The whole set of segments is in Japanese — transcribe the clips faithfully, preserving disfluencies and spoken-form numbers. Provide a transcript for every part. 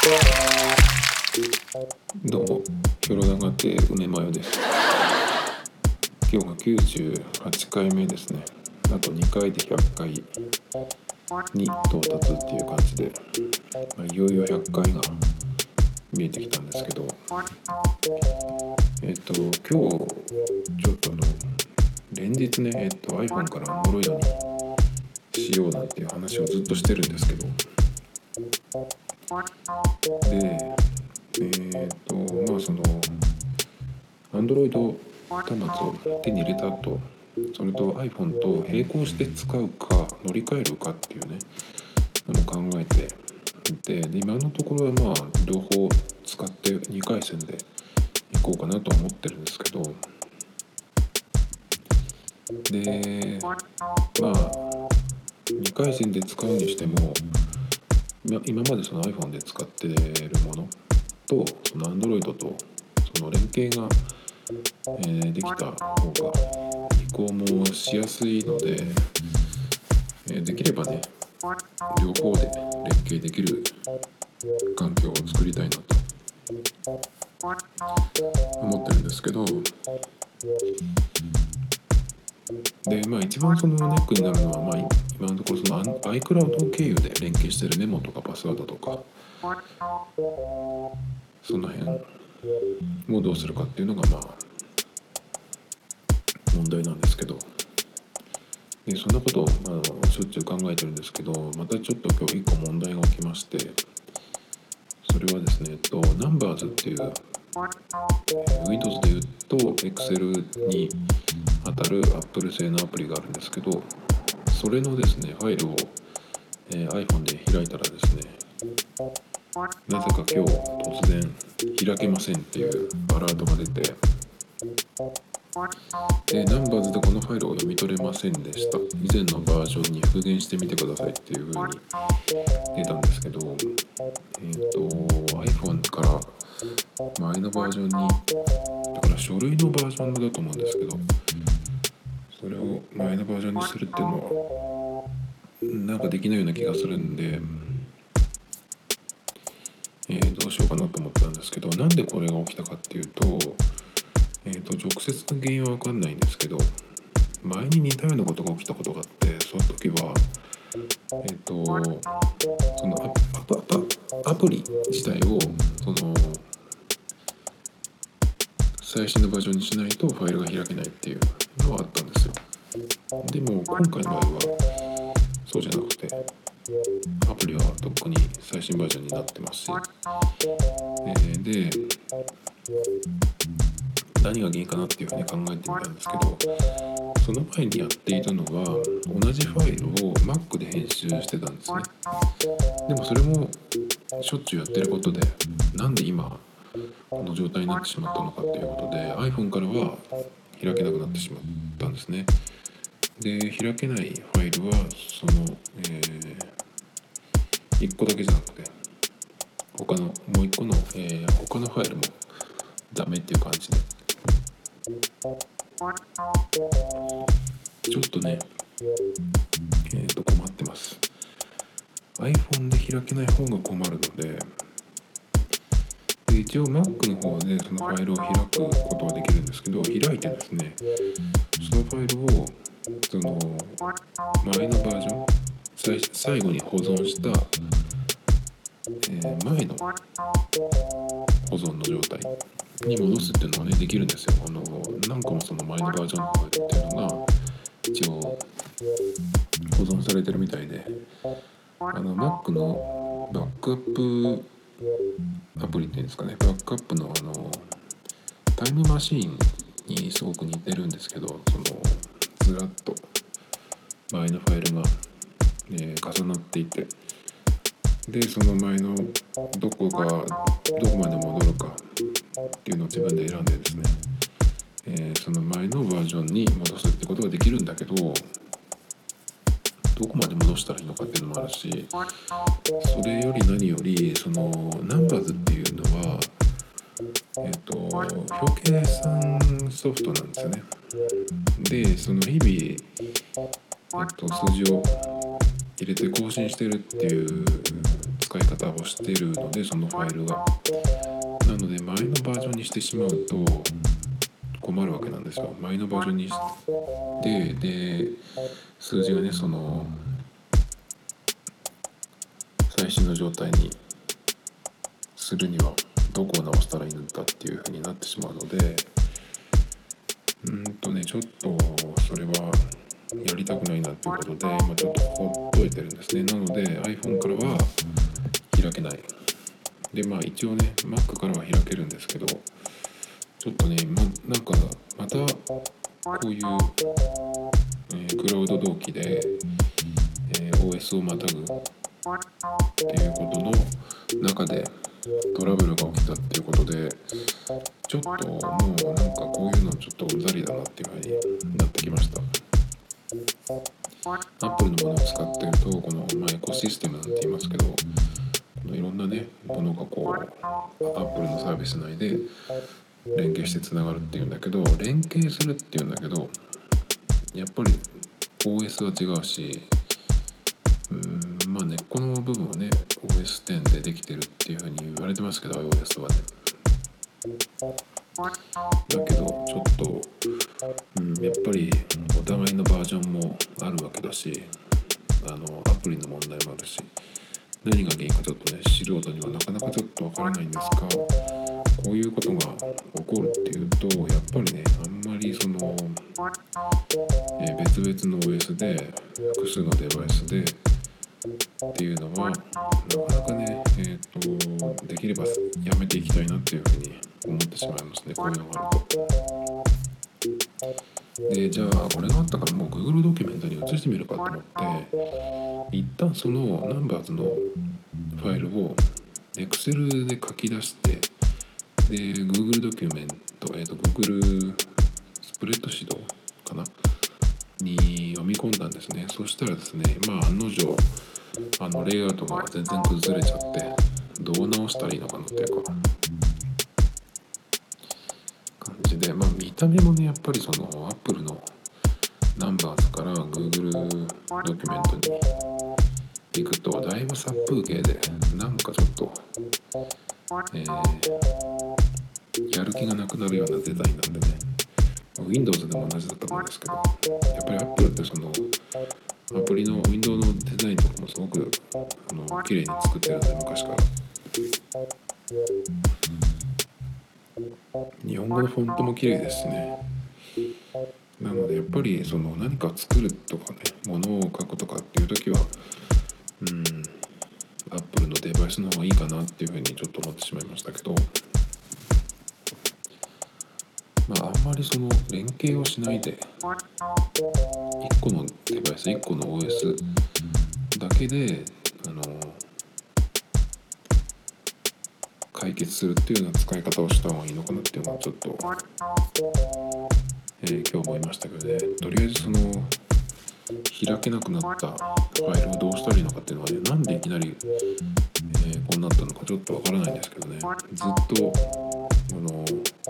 どうも、ひょろ長亭梅マヨです。今日がきゅうじゅうはちかいめですね。あとにかいでひゃっかいに到達っていう感じで、まあ、いよいよひゃっかいが見えてきたんですけど、えっと今日ちょっとあの連日ね、えっと iPhone から Android にしようなんていう話をずっとしてるんですけど、でえー、っとまあその Android 端末を手に入れた後、それと iPhone と並行して使うか乗り換えるかっていうねのも考えていて、で今のところはまあ両方使ってにかい戦でいこうかなとは思ってるんですけど、でまあにかい戦で使うにしても、今までその iPhone で使っているものとその Android とその連携が、えー、できた方が移行もしやすいので、えー、できればね両方で連携できる環境を作りたいなと思ってるんですけど、でまあ一番そのネックになるのは、まあ、今のところその iCloud 経由で連携しているメモとかパスワードとかその辺をどうするかっていうのがまあ問題なんですけど、でそんなことを、まあ、しょっちゅう考えてるんですけど、またちょっと今日一個問題が起きまして、それはですね、えっと、Numbers っていう、えー、Windows でいうと Excel に当たる Apple 製のアプリがあるんですけど、それのですねファイルを、えー、iPhone で開いたらですね、なぜか今日突然開けませんっていうアラートが出て、で Numbers でこのファイルを読み取れませんでした、以前のバージョンに復元してみてくださいっていう風に出たんですけど、えーと iPhone から前のバージョンに、だから書類のバージョンだと思うんですけど、それを前のバージョンにするっていうのはなんかできないような気がするんで、えー、どうしようかなと思ったんですけど、なんでこれが起きたかっていうと、えーと直接の原因は分かんないんですけど、前に似たようなことが起きたことがあって、その時はえっ、ー、とそのア, ア, アプリ自体をその最新のバージョンにしないとファイルが開けないっていうのはあったんですよ。でも今回の場合はそうじゃなくて、アプリはとっくに最新バージョンになってますし、えー、で何が原因かなっていうふうに考えてみたんですけど、その前にやっていたのは同じファイルを Mac で編集してたんですね。でもそれもしょっちゅうやってることで、なんで今この状態になってしまったのかっていうことで iPhone からは開けなくなってしまったんですね。で開けないファイルはその、えー、いっこだけじゃなくて他のもういっこの、えー、他のファイルもダメっていう感じで、ちょっとね、えー、と困ってます。 iPhone で開けない方が困るので、で一応 Mac の方でそのファイルを開くことはできるんですけど、開いてですねそのファイルをその前のバージョン 最, 最後に保存した、えー、前の保存の状態に戻すっていうのはねできるんですよ。あの何個もその前のバージョンのファイルっていうのが一応保存されてるみたいで、あの Mac のバックアップアプリっていうんですかね、バックアップのあのタイムマシーンにすごく似てるんですけど、そのずらっと前のファイルが、えー、重なっていて、でその前のどこがどこまで戻るかっていうのを自分で選んでですね、えー、その前のバージョンに戻すってことができるんだけど、どこまで戻したらいいのかっていうのもあるし、それより何よりその Numbers っていうのはえっと表計算ソフトなんですよね。でその日々、えっと、数字を入れて更新してるっていう使い方をしてるので、そのファイルがなので前のバージョンにしてしまうと困るわけなんですよ。前のバージョンにしてで数字がねその最新の状態にするにはどこを直したらいいんだっていう風になってしまうので、うんとねちょっとそれはやりたくないなということで、まあ、ちょっとほっといてるんですね。なので iPhone からは開けない。でまあ一応ね Mac からは開けるんですけど、ちょっとね、ま、なんかまたこういう、えー、クラウド同期で、えー、オーエス をまたぐっていうことの中でトラブルが起きたっていうことで、ちょっともうなんかこういうのちょっとうんざりだなっていう風になってきました。Apple のものを使っているとこの、まあ、エコシステムなんて言いますけど、このいろんなねものがこう Apple のサービス内で連携してつながるっていうんだけど、連携するっていうんだけどやっぱり オーエス は違うし、うーんまあ根っこの部分はね オーエステン でできてるっていう風に言われてますけど iOS はね。だけどちょっと、うん、やっぱりお互いのバージョンもあるわけだし、あのアプリの問題もあるし、何が原因かちょっとね素人にはなかなかちょっとわからないんですが、こういうことが起こるっていうとやっぱりねあんまりその、えー、別々の オーエス で複数のデバイスでっていうのはなかなかね、えーと、できればやめていきたいなっていうふうに思ってしまいますね、こういうのがあると。でじゃあこれがあったからもう Google ドキュメントに移してみるかと思って一旦その Numbers のファイルを Excel で書き出して、で Google ドキュメント、えーと Google スプレッドシートかなに読み込んだんですね。そしたらですね、まあ案の定あのレイアウトが全然崩れちゃって、どう直したらいいのかなっていうか感じで、まあ見た目もねやっぱりその Apple の Numbers から Google ドキュメントに行くとだいぶ殺風景で、なんかちょっと、えー、やる気がなくなるようなデザインなんでね、Windows でも同じだと思うんですけど、やっぱり Apple ってそのアプリの Windows のデザインとかもすごくあの綺麗に作ってるんで、昔から日本語のフォントも綺麗ですしね。なのでやっぱりその何か作るとかね、ものを書くとかっていう時はうん Apple のデバイスの方がいいかなっていうふうにちょっと思ってしまいましたけど、まああんまりその連携をしないでいっこのデバイスいっこの オーエス だけであの解決するっていうような使い方をした方がいいのかなっていうのはちょっと、えー、今日思いましたけどね。とりあえずその開けなくなったファイルをどうしたらいいのかっていうのはね、なんでいきなり、えー、こうなったのかちょっとわからないんですけどね。ずっとこの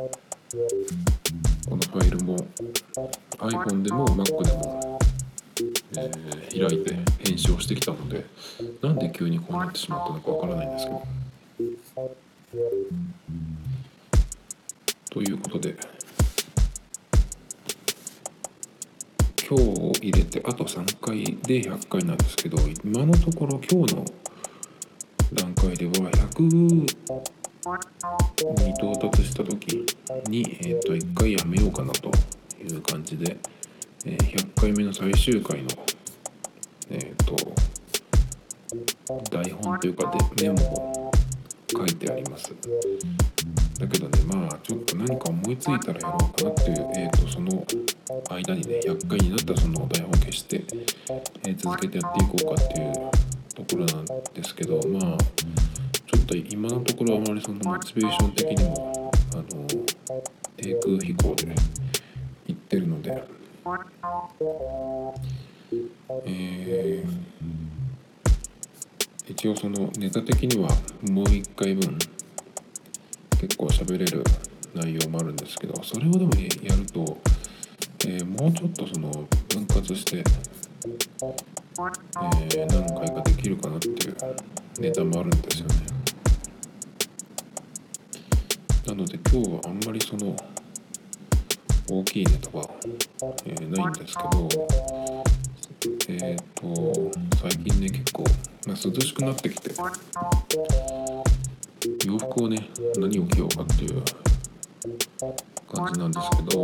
このファイルも iPhone でも Mac でも、えー、開いて編集をしてきたので、なんで急にこうなってしまったのかわからないんですけど、ということで今日を入れてあとさんかいでひゃっかいなんですけど、今のところ今日の段階ではひゃくに到達した時に、えー、といっかいやめようかなという感じで、えー、ひゃっかいめの最終回の、えー、と台本というかでメモを書いてあります。だけどね、まあちょっと何か思いついたらやろうかなっていう、えー、とその間にねひゃっかいになったらその台本を消して、えー、続けてやっていこうかっていうところなんですけど、まあちょっと今のところあまりそのモチベーション的にもあの低空飛行でいってるので、えー、一応そのネタ的にはもういっかいぶん結構喋れる内容もあるんですけど、それをでもやると、えー、もうちょっとその分割してえー、何回かできるかなっていうネタもあるんですよね。なので今日はあんまりその大きいネタは、えー、ないんですけど、えっ、ー、と最近ね結構、まあ、涼しくなってきて洋服をね何を着ようかっていう感じなんですけど、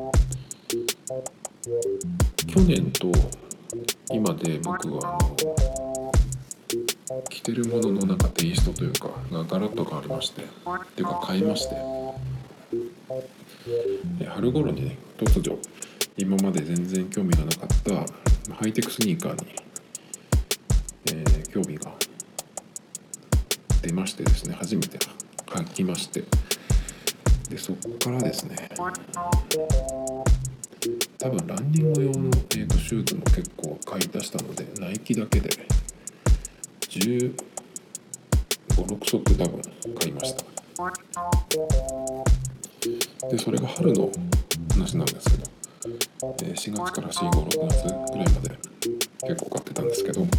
去年と今で僕はあの着てるもののなんかテイストというかがガラッと変わりましてっていうか変えまして、春頃にね突如今まで全然興味がなかったハイテクスニーカーに、えー、興味が出ましてですね、初めて履きまして、でそこからですね、多分ランニング用の、えー、とシューズも結構買い出したので、ナイキだけでじゅうご、ろく足多分買いました。でそれが春の話なんですけど、えー、しがつからし、ご、ろくがつぐらいまで結構買ってたんですけど、で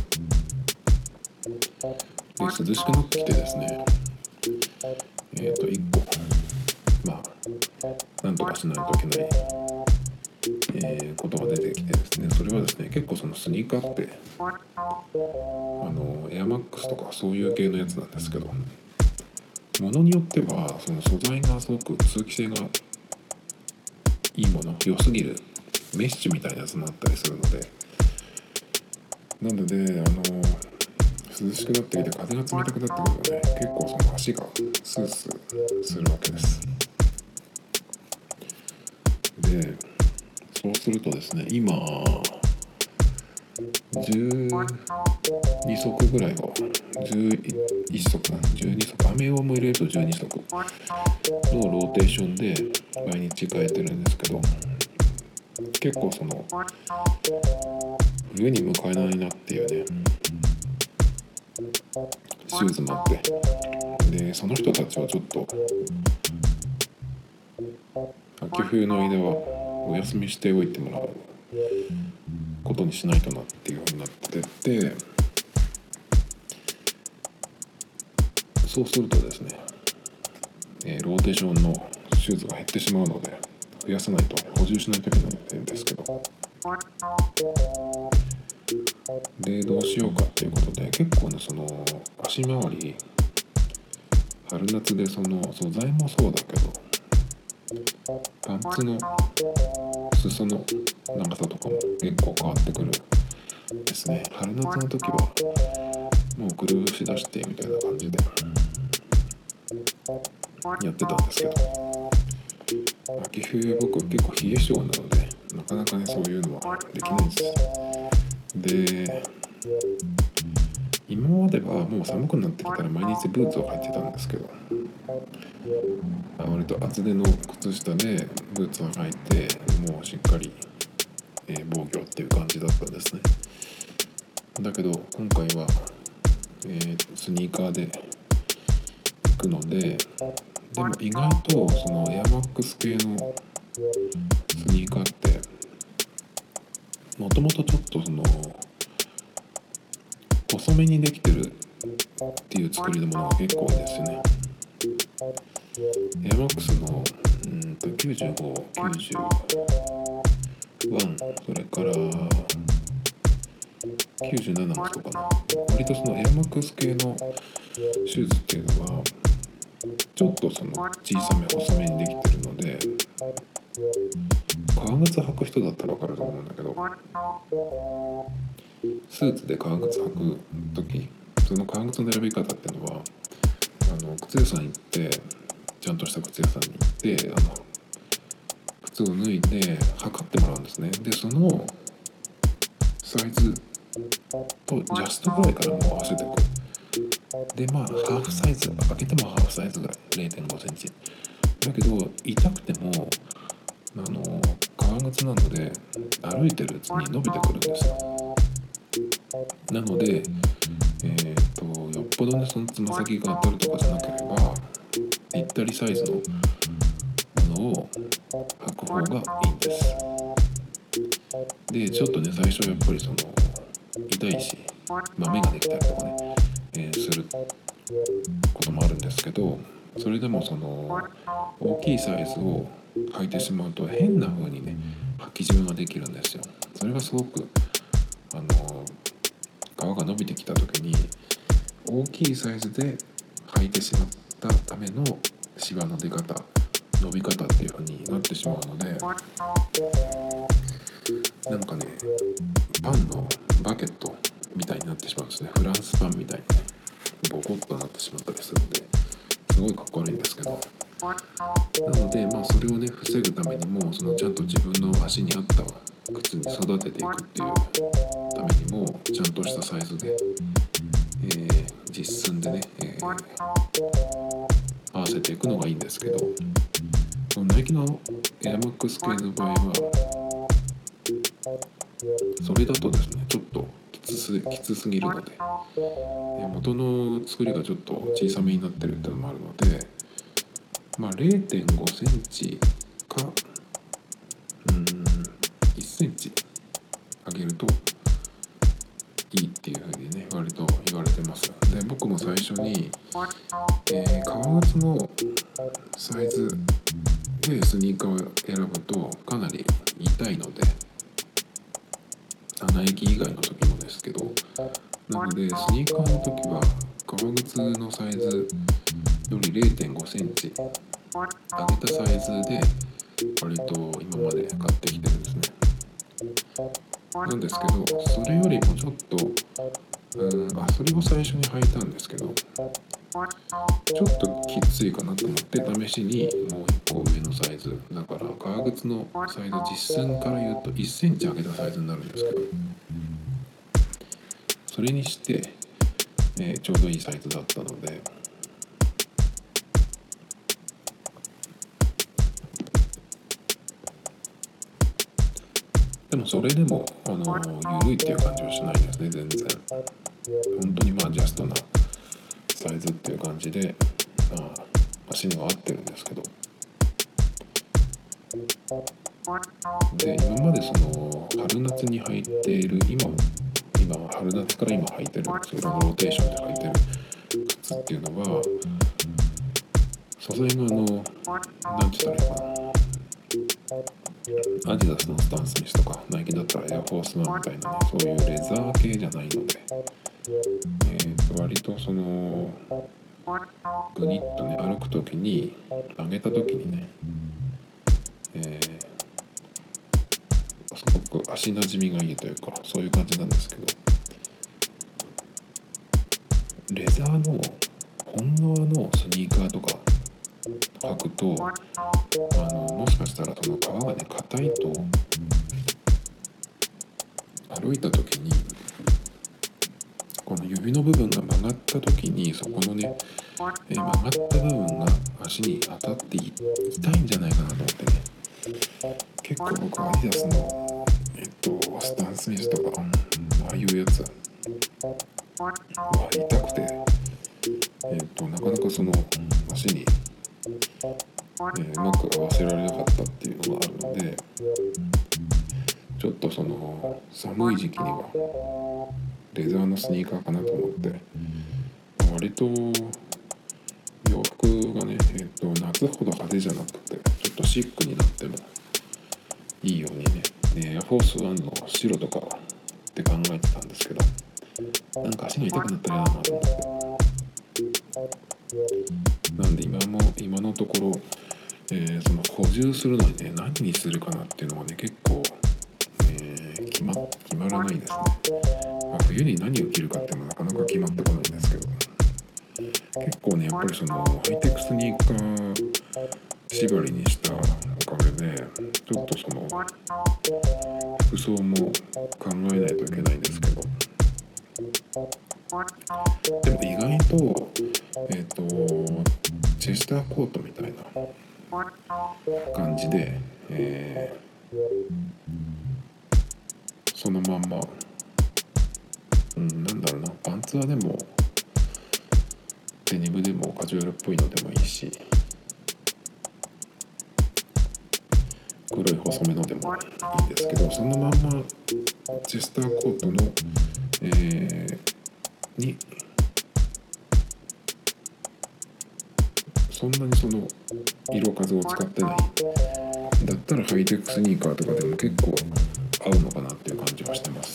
涼しくなってきてですね、えっといっこまあなんとかしないといけない、えー、ことが出てきてですね、それはですね結構そのスニーカーってあのエアマックスとかそういう系のやつなんですけど、ものによってはその素材がすごく通気性がいいもの、良すぎるメッシュみたいなやつもあったりするので、なのであの涼しくなってきて風が冷たくなってくるとね、結構その足がスースーするわけです。でそうするとですね、今じゅうに足ぐらいはじゅういっ足じゅうに足、雨用も入れるとじゅうに足のローテーションで毎日変えてるんですけど、結構その冬に向かえないなっていうねシューズもあって、でその人たちはちょっと秋冬の間はお休みしておいてもらうことにしないとなっていう風になってて、そうするとですね、えー、ローテーションのシューズが減ってしまうので増やさないと、補充しないといけないんですけど、でどうしようかっていうことで、結構ねその足回り春夏でその素材もそうだけどパンツの裾の長さとかも結構変わってくるですね。春夏の時はもうグルーしだしてみたいな感じでやってたんですけど、秋冬僕結構冷え性なのでなかなかねそういうのはできないんです。で今まではもう寒くなってきたら毎日ブーツを履いてたんですけど、割と厚手の靴下でブーツを履いてもうしっかり、えー、防御っていう感じだったんですね。だけど今回は、えー、スニーカーで行くので、でも意外とそのエアマックス系のスニーカーってもともとちょっとその細めにできてるっていう作りのものが結構多いんですよね。エアマックスのうんときゅうじゅうご、きゅうじゅういち、それからきゅうじゅうななもそうかな、割とそのエアマックス系のシューズっていうのはちょっとその小さめ細めにできてるので、革靴履く人だったら分かると思うんだけど、スーツで革靴履く時、その革靴の選び方っていうのはあの靴屋さん行って、ちゃんとした靴屋さんに行ってあの靴を脱いで測ってもらうんですね。でそのサイズとジャストぐらいからもう合わせていく。でまあハーフサイズ、開けてもハーフサイズぐらい れいてんごセンチだけど、痛くてもあの革靴なので歩いてるうちに伸びてくるんですよ。なのでえー、とよっぽどねそのつま先が当たるとかじゃなければぴったりサイズのものを履く方がいいんです。でちょっとね最初やっぱりそのたいし、まあ、目ができたりとかね、えー、することもあるんですけど、それでもその大きいサイズを履いてしまうと変な風にね履き締めができるんですよ。それがすごくあの皮が伸びてきた時に大きいサイズで履いてしまったためのシワの出方、伸び方っていう風になってしまうので、なんかねパンのバケットみたいになってしまうんですね。フランスパンみたいにねボコッとなってしまったりするんですごいかっこ悪いんですけど、なのでまあそれをね防ぐためにもそのちゃんと自分の足に合った靴に育てていくっていうためにもちゃんとしたサイズで、えー、実寸でね、えー、合わせていくのがいいんですけど、このナイキのエアマックス系の場合はそれだとですねちょっときつす、きつすぎるので、元の作りがちょっと小さめになってるっていうのもあるので、まあ れいてんごセンチかうーんいっセンチ上げるといいっていう風にね割と言われてます。で僕も最初に、えー、革靴のサイズでスニーカーを選ぶとかなり痛いので、ナイキ以外の時もですけど、なのでスニーカーの時は革靴のサイズより れいてんごセンチ上げたサイズで割と今まで買ってきてるんですね。なんですけどそれよりもちょっとうんあそれを最初に履いたんですけどちょっときついかなと思って試しにもういっこ上のサイズだから革靴のサイズ実寸から言うといっセンチ上げたサイズになるんですけど、それにして、えー、ちょうどいいサイズだったので、でもそれでもあの緩いっていう感じはしないですね。全然本当にまあジャストなサイズっていう感じで、まあ、足には合ってるんですけど、で今までその春夏に履いている今今春夏から今履いてるそれのローテーションで履いてる靴っていうのは素材のあの何て言ったらいいかな、アディダスのスタンスミスとかナイキだったらエアフォースワンみたいな、ね、そういうレザー系じゃないので、えー、と割とそのグニッとね歩く時に上げた時にね、えー、すごく足なじみがいいというかそういう感じなんですけど、レザーの本革のスニーカーとか履くとあのもしかしたらその皮がね硬いと歩いた時にこの指の部分が曲がった時にそこのね、えー、曲がった部分が足に当たって痛いんじゃないかなと思ってね、結構僕アディダスのえっとスタンスミスとかああいうやつは痛くて、えっとなかなかその足に、えー、うまく合わせられなかったっていうのがあるので、ちょっとその寒い時期にはレザーのスニーカーかなと思って、割と洋服がね、えー、と夏ほど派手じゃなくてちょっとシックになってもいいようにね、エアフォースワンの白とかって考えてたんですけど、なんか足が痛くなったら嫌だなと思って、なんで今も今のところ、えー、その補充するのにね何にするかなっていうのがね結構、えー、決ま決まらないですね。まあ、冬に何を着るかっていうのはなかなか決まってこないんですけど、結構ねやっぱりそのハイテクスニーカー縛りにしたおかげでちょっとその服装も考えないといけないんですけど、でも意外とえっとチェスターコートみたいな感じで、えー、そのまんま、うん、なんだろうな、パンツはでもデニムでもカジュアルっぽいのでもいいし、黒い細めのでもいいんですけど、そのまんまチェスターコートのえー、にそんなにその色数を使ってないだったらハイテクスニーカーとかでも結構合うのかなっていう感じはしてます。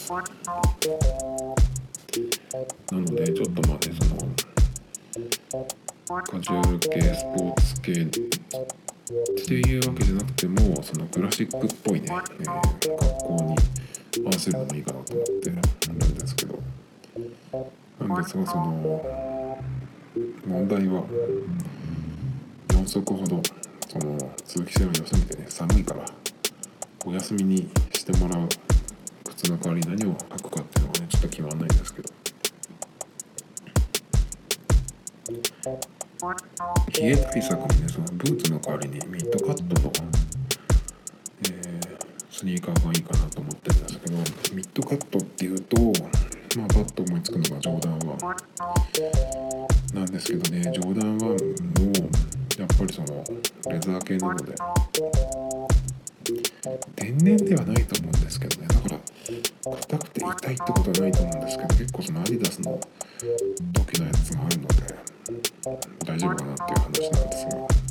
なのでちょっとまあねそのカジュアル系スポーツ系っていうわけじゃなくてもそのクラシックっぽいね、えー、格好に合わせるのもいいかなと思ってるんですけど、なんですがその問題はよん足ほどその通気性を良すぎてね寒いからお休みにしてもらう靴の代わりに何を履くかっていうのがねちょっと決まんないんですけど、冷え対策にねそのブーツの代わりにミッドカットの、えー、スニーカーがいいかなと思ってるんですけど、ミッドカットっていうとまあパッと思いつくのがジョーダンワンなんですけどね、ジョーダンワンもやっぱりそのレザー系なので天然ではないと思うんですけどね、だから硬くて痛いってことはないと思うんですけど、結構そのアディダスの時のやつがあるので大丈夫かなっていう話なんですが、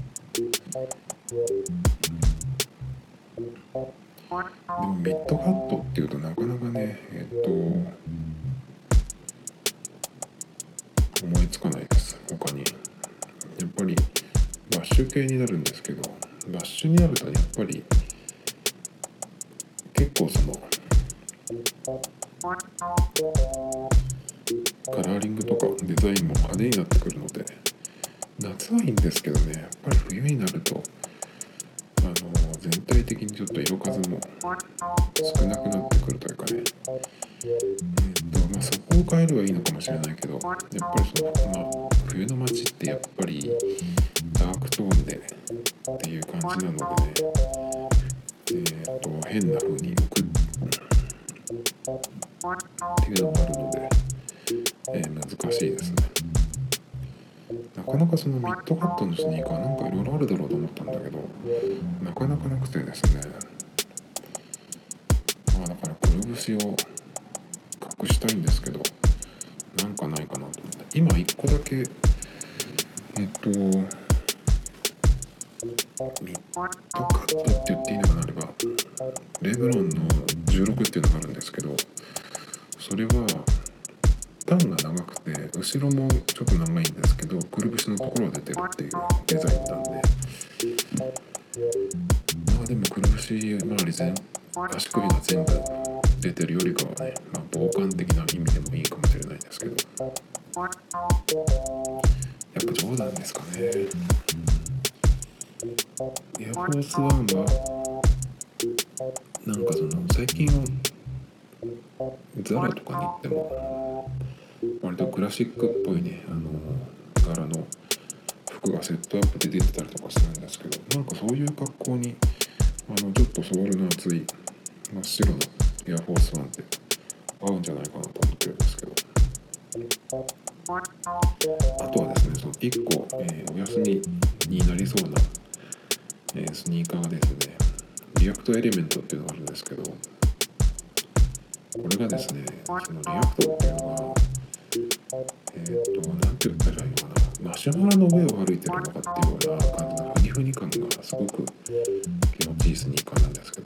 でもミッドカットっていうとなかなかねえっと思いつかないです。他にやっぱりバッシュ系になるんですけど、バッシュになるとやっぱり結構そのカラーリングとかデザインも派手になってくるので夏はいいんですけどね、やっぱり冬になるとあの全体的にちょっと色数も少なくなってくるというかね、えーとまあ、そこを変えればいいのかもしれないけど、やっぱりその、まあ、冬の街ってやっぱりダークトーンでっていう感じなのでね、えーと変な風に浮くっていうのもあるので、えー、難しいですね。なかなかそのミッドカットのスニーカーなんかいろいろあるだろうと思ったんだけどなかなかなくてですね、まあだからくるぶしを隠したいんですけどなんかないかなと思って今いっこだけえっとミッドカットって言っていいのかな、あればレブロンのじゅうろくっていうのがあるんですけど、それはパンが長くて後ろもちょっと長いんですけどくるぶしのところが出てるっていうデザインなんで、まあでもくるぶし周り全足首が全部出てるよりかはね、まあ、防寒的な意味でもいいかもしれないんですけど、やっぱジョーダンですかね。エアフォースワンはなんかその最近はザラとかに行っても割とクラシックっぽいねあの柄の服がセットアップで出てたりとかするんですけど、なんかそういう格好にあのちょっとソールの厚い真っ白のエアフォースワンって合うんじゃないかなと思ってるんですけど、あとはですねそのいっこ、えー、お休みになりそうな、えー、スニーカーがですねリアクトエレメントっていうのがあるんですけど、これがですねそのリアクトっていうのがえっとなんて言ったらいいのかな、マシュマロの上を歩いてるのかっていうような感じのフニフニ感がすごく気持ちいいスニーカーなんですけど、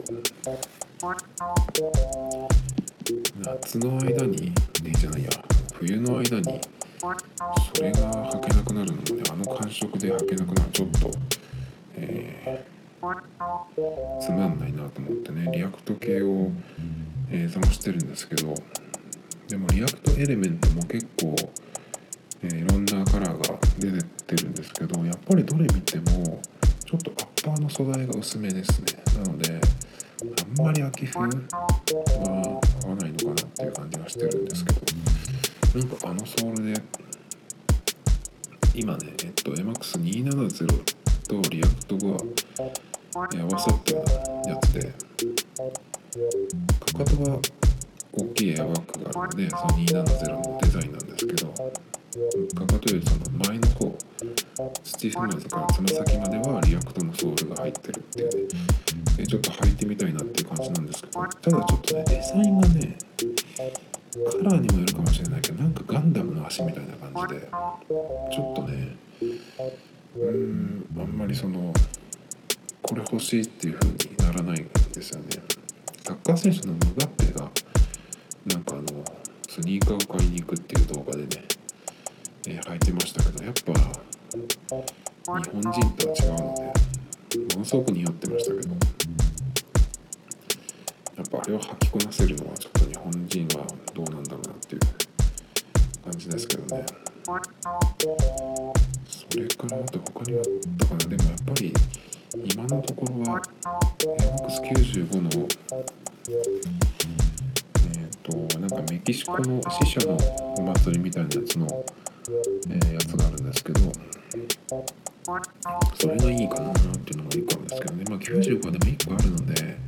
夏の間にねじゃないや冬の間にそれが履けなくなるので、あの感触で履けなくなるちょっと、えー、つまんないなと思ってねリアクト系を、えー、探してるんですけど、でもリアクトエレメントも結構、えー、いろんなカラーが出てるんですけど、やっぱりどれ見てもちょっとアッパーの素材が薄めですね。なのであんまり秋冬は合わないのかなっていう感じがしてるんですけど、なんかあのソールで今ねえっと エマックスにひゃくななじゅう とリアクトが合わさったようなやつで、かかとは大きいエアバッグがあるのでそのにひゃくななじゅうのデザインなんですけど、かかとよりその前の方土踏まずからつま先まではリアクトのソールが入ってるっていうね、ちょっと履いてみたいなっていう感じなんですけど、ただちょっとねデザインがねカラーにもよるかもしれないけど、なんかガンダムの足みたいな感じでちょっとね、うーんあんまりそのこれ欲しいっていう風にならないんですよね。サッカー選手のムバッペがなんかあのスニーカーを買いに行くっていう動画でね、えー、履いてましたけど、やっぱ日本人とは違うのでものすごく似合ってましたけど、やっぱあれを履きこなせるのはちょっと日本人はどうなんだろうなっていう感じですけどね。それからあと他にはあったかな。でもやっぱり今のところは エムエックスきゅうじゅうご のえっとなんかメキシコの死者のお祭りみたいなやつの、えー、やつがあるんですけど、それがいいかなっていうのがいっこあるんですけどね。まあきゅうじゅうごでもいっこあるので、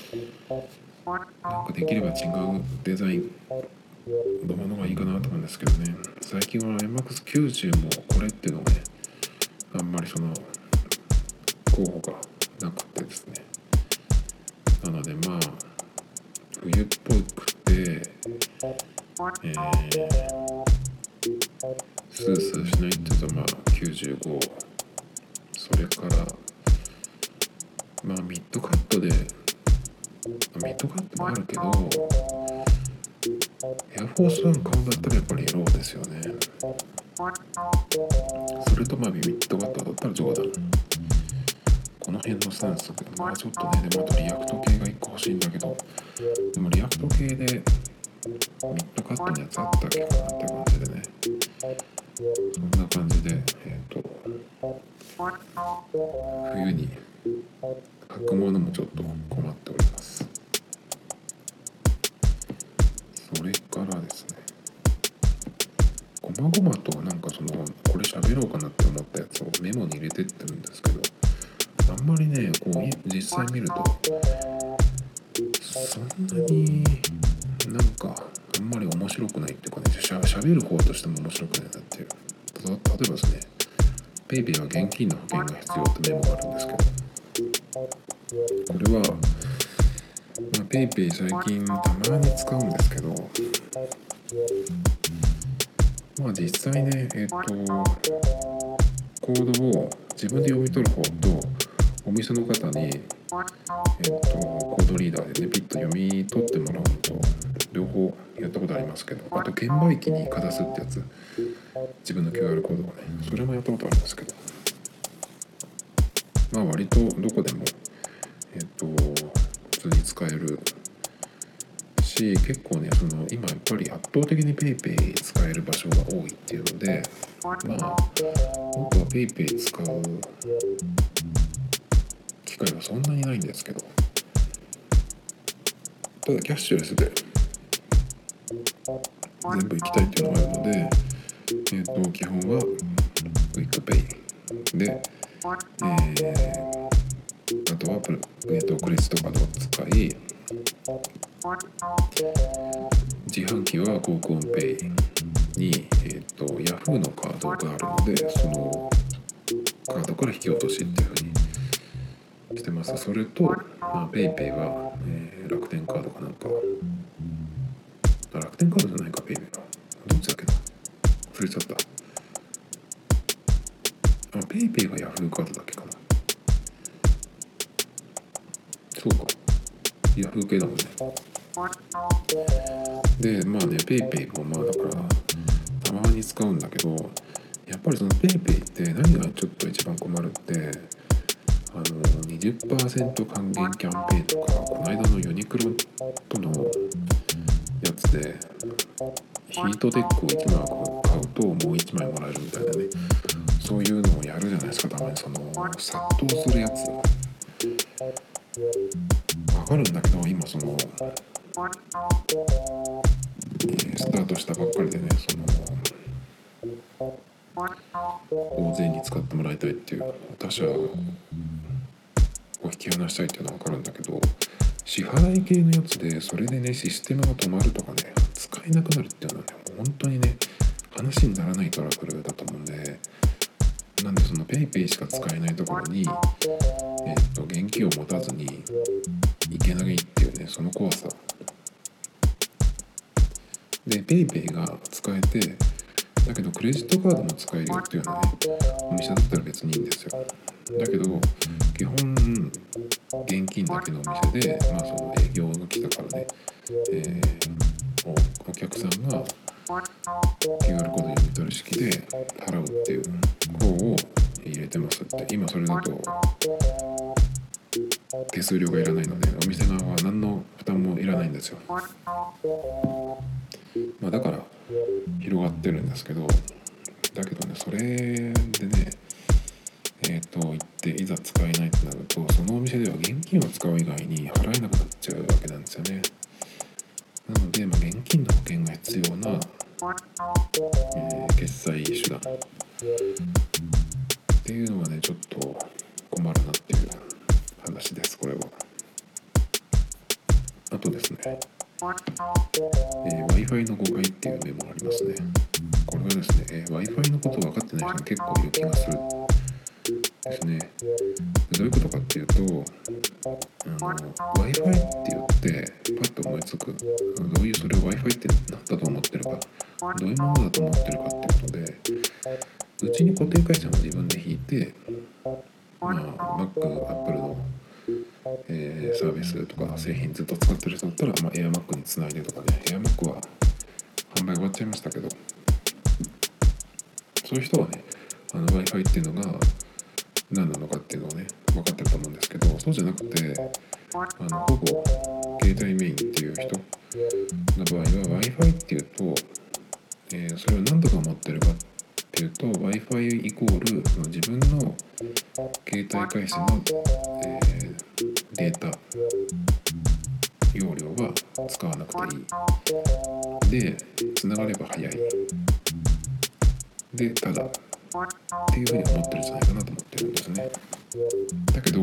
なんかできれば違うデザインのものがいいかなと思うんですけどね。最近は エムエックスきゅうじゅう もこれっていうのがね、あんまりその候補がなくてですね。なのでまあ冬っぽくて、えー、スースーしないっていうとまあきゅうじゅうご、それからまあミッドカットで、ミッドカットもあるけどエアフォースワン買うんだったらやっぱりローですよね。それとまあミッドカットだったらジョーダン、この辺のスタンス。まあちょっとね、でもあとリアクト系がいっこ欲しいんだけど、でもリアクト系でミッドカットのやつあったっけかなって感じでね、そんな感じでえっ、ー、と冬に履くものもちょっと困っております。それからですね、ごまごまとなんかそのこれ喋ろうかなって思ったやつをメモに入れてってるんですけど、あんまりねこう実際見るとそんなになんかあんまり面白くないっていうかね、しゃ喋る方としても面白くないなっていう。例えばですね、ペイペイは現金の保険が必要ってメモがあるんですけど、これは、まあ、ペイペイ最近たまに使うんですけど、まあ実際ねえっとコードを自分で読み取る方とお店の方に、えっとコードリーダーでねピッと読み取ってもらうのと両方やったことありますけど、あと券売機にかざすってやつ、自分の キューアール コードをね、それもやったことありますけど、まあ割とどこでもえっと普通に使えるし、結構ねその今やっぱり圧倒的に PayPay 使える場所が多いっていうので、まあ僕は PayPay 使う機会はそんなにないんですけど、ただキャッシュレスで全部行きたいっていうのがあるので、えっと基本はクイックペイで、えー、あとはプル、えー、とクレジットカードを使い、自販機はコークオンペイに、えー、と Yahoo のカードがあるので、そのカードから引き落としっていう風にしてます。それと、まあ、PayPay は、えー、楽天カードかなんか、あ、楽天カードじゃないか PayPay はどっちだっけな、忘れちゃった。あ、PayPay は Yahoo カードだけかな。そうか、Yahoo 系だもんね。でまあね PayPay もまあだからたまに使うんだけど、やっぱりその PayPay って何がちょっと一番困るって、あの にじゅっパーセント 還元キャンペーンとか、この間のユニクロとのやつでヒートテックをいちまい買うともういちまいもらえるみたいなね、そういうのをやるじゃないですか。たまにその殺到するやつわかるんだけど、今その、えー、スタートしたばっかりでね、その大勢に使ってもらいたいっていう、私はこう引き離したいっていうのは分かるんだけど、支払い系のやつでそれでねシステムが止まるとかね、使えなくなるっていうのはね、もう本当にね話にならないトラブルだと思うんで、なんでその PayPay しか使えないところに、えっと現金を持たずにいけないっていうね、その怖さで PayPay が使えて、だけどクレジットカードも使えるよっていうようなねお店だったら別にいいんですよ。だけど基本現金だけのお店で、まあその営業が来たからね、えー、お, お客さんが キューアール コード読み取る式で払うっていう方を入れてますって。今それだと手数料がいらないのでお店側は何の負担もいらないんですよ。まあ、だから広がってるんですけど、だけどねそれでねえーと言っていざ使えないってなると、そのお店では現金を使う以外に払えなくなっちゃうわけなんですよね。なので、まあ、現金の保険が必要な、えー、決済手段っていうのがねちょっと困るなっていう話です。これはあとですね、えー、Wi-Fi の誤解っていうメモがありますね。これはですね、えー、Wi-Fi のこと分かってない人が結構いる気がするですね。どういうことかっていうと、あの Wi-Fi って言ってパッと思いつく、どういうそれを Wi-Fi って何だと思ってるか、どういうものだと思ってるかってことで、うちに固定回線を自分で引いて、まあ、Mac、Apple の、えー、サービスとか製品ずっと使ってる人だったら、まあ、AirMac につないでとかね、AirMac は販売終わっちゃいましたけど、そういう人はね、あの Wi-Fi っていうのが何なのかっていうのをね分かってると思うんですけど、そうじゃなくてあのほぼ携帯メインっていう人の場合は Wi-Fi っていうと、えー、それを何とか思ってるかっていうと Wi-Fi イコール自分の携帯回線の、えー、データ容量は使わなくていいで、繋がれば早いでただっていうふうに思ってるんじゃないかなと思ってるんですね。だけど、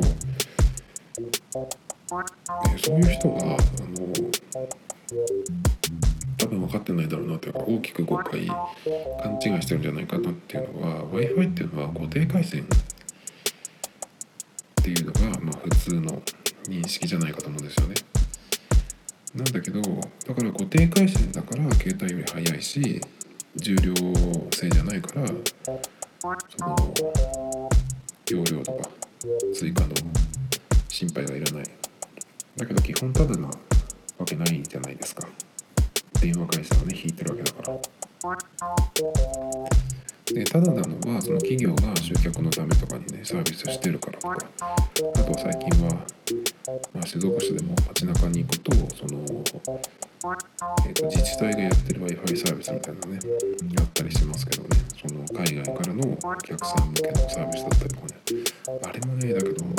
えー、そういう人があの多分分かってないだろうなというか、大きく誤解勘違いしてるんじゃないかなっていうのは Wi-Fi っていうのは固定回線っていうのが、まあ、普通の認識じゃないかと思うんですよね。なんだけどだから固定回線だから携帯より速いし重量制じゃないからその容量とか追加の心配がいらない。だけど基本タダなわけないじゃないですか。電話回線をね引いてるわけだから。でタダなのはその企業が集客のためとかにねサービスしてるからとか、あとは最近は、まあ、静岡市でも街中に行くとその、えー、と自治体がやってる Wi-Fi サービスみたいなのねあったりしますけどね、その海外からのお客さん向けのサービスだったりとかね、あれもねだけど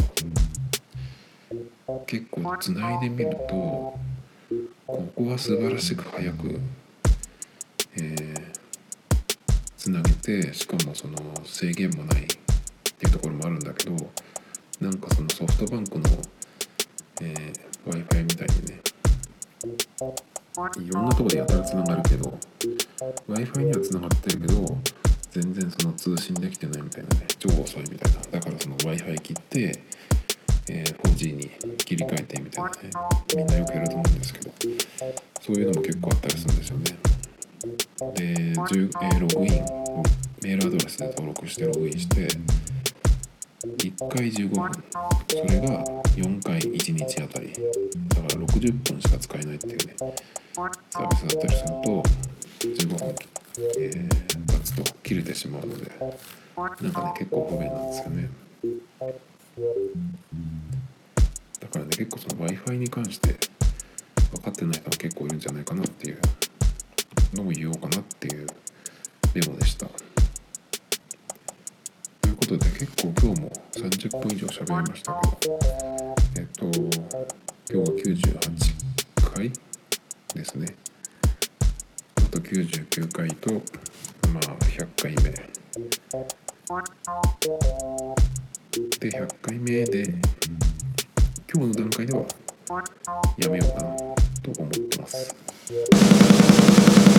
結構つないでみるとここは素晴らしく早く、えー、つなげて、しかもその制限もないっていうところもあるんだけど、なんかそのソフトバンクの、えー、Wi-Fi みたいにねいろんなところでやたらつながるけど Wi-Fi にはつながってるけど全然その通信できてないみたいなね、超遅いみたいな。だからその Wi-Fi 切ってえー、フォージー に切り替えてみたいなね、みんなよくやると思うんですけど、そういうのも結構あったりするんですよね。で、えー、ログインメールアドレスで登録してログインしていっかいじゅうごふん、それがよんかいいちにちあたりだからろくじゅっぷんしか使えないっていうねサービスだったりするとじゅうごふん、えー、経つと切れてしまうので、なんかね結構不便なんですよね。だからね結構その Wi-Fi に関して分かってない人は結構いるんじゃないかなっていうのも言おうかなっていうメモでした。ということで結構今日もさんじゅっぷん以上喋りましたけど、えっと今日はきゅうじゅうはちかいですね。あときゅうじゅうきゅうかいとまあひゃっかいめでひゃっかいめで今日の段階ではやめようかなと思ってます。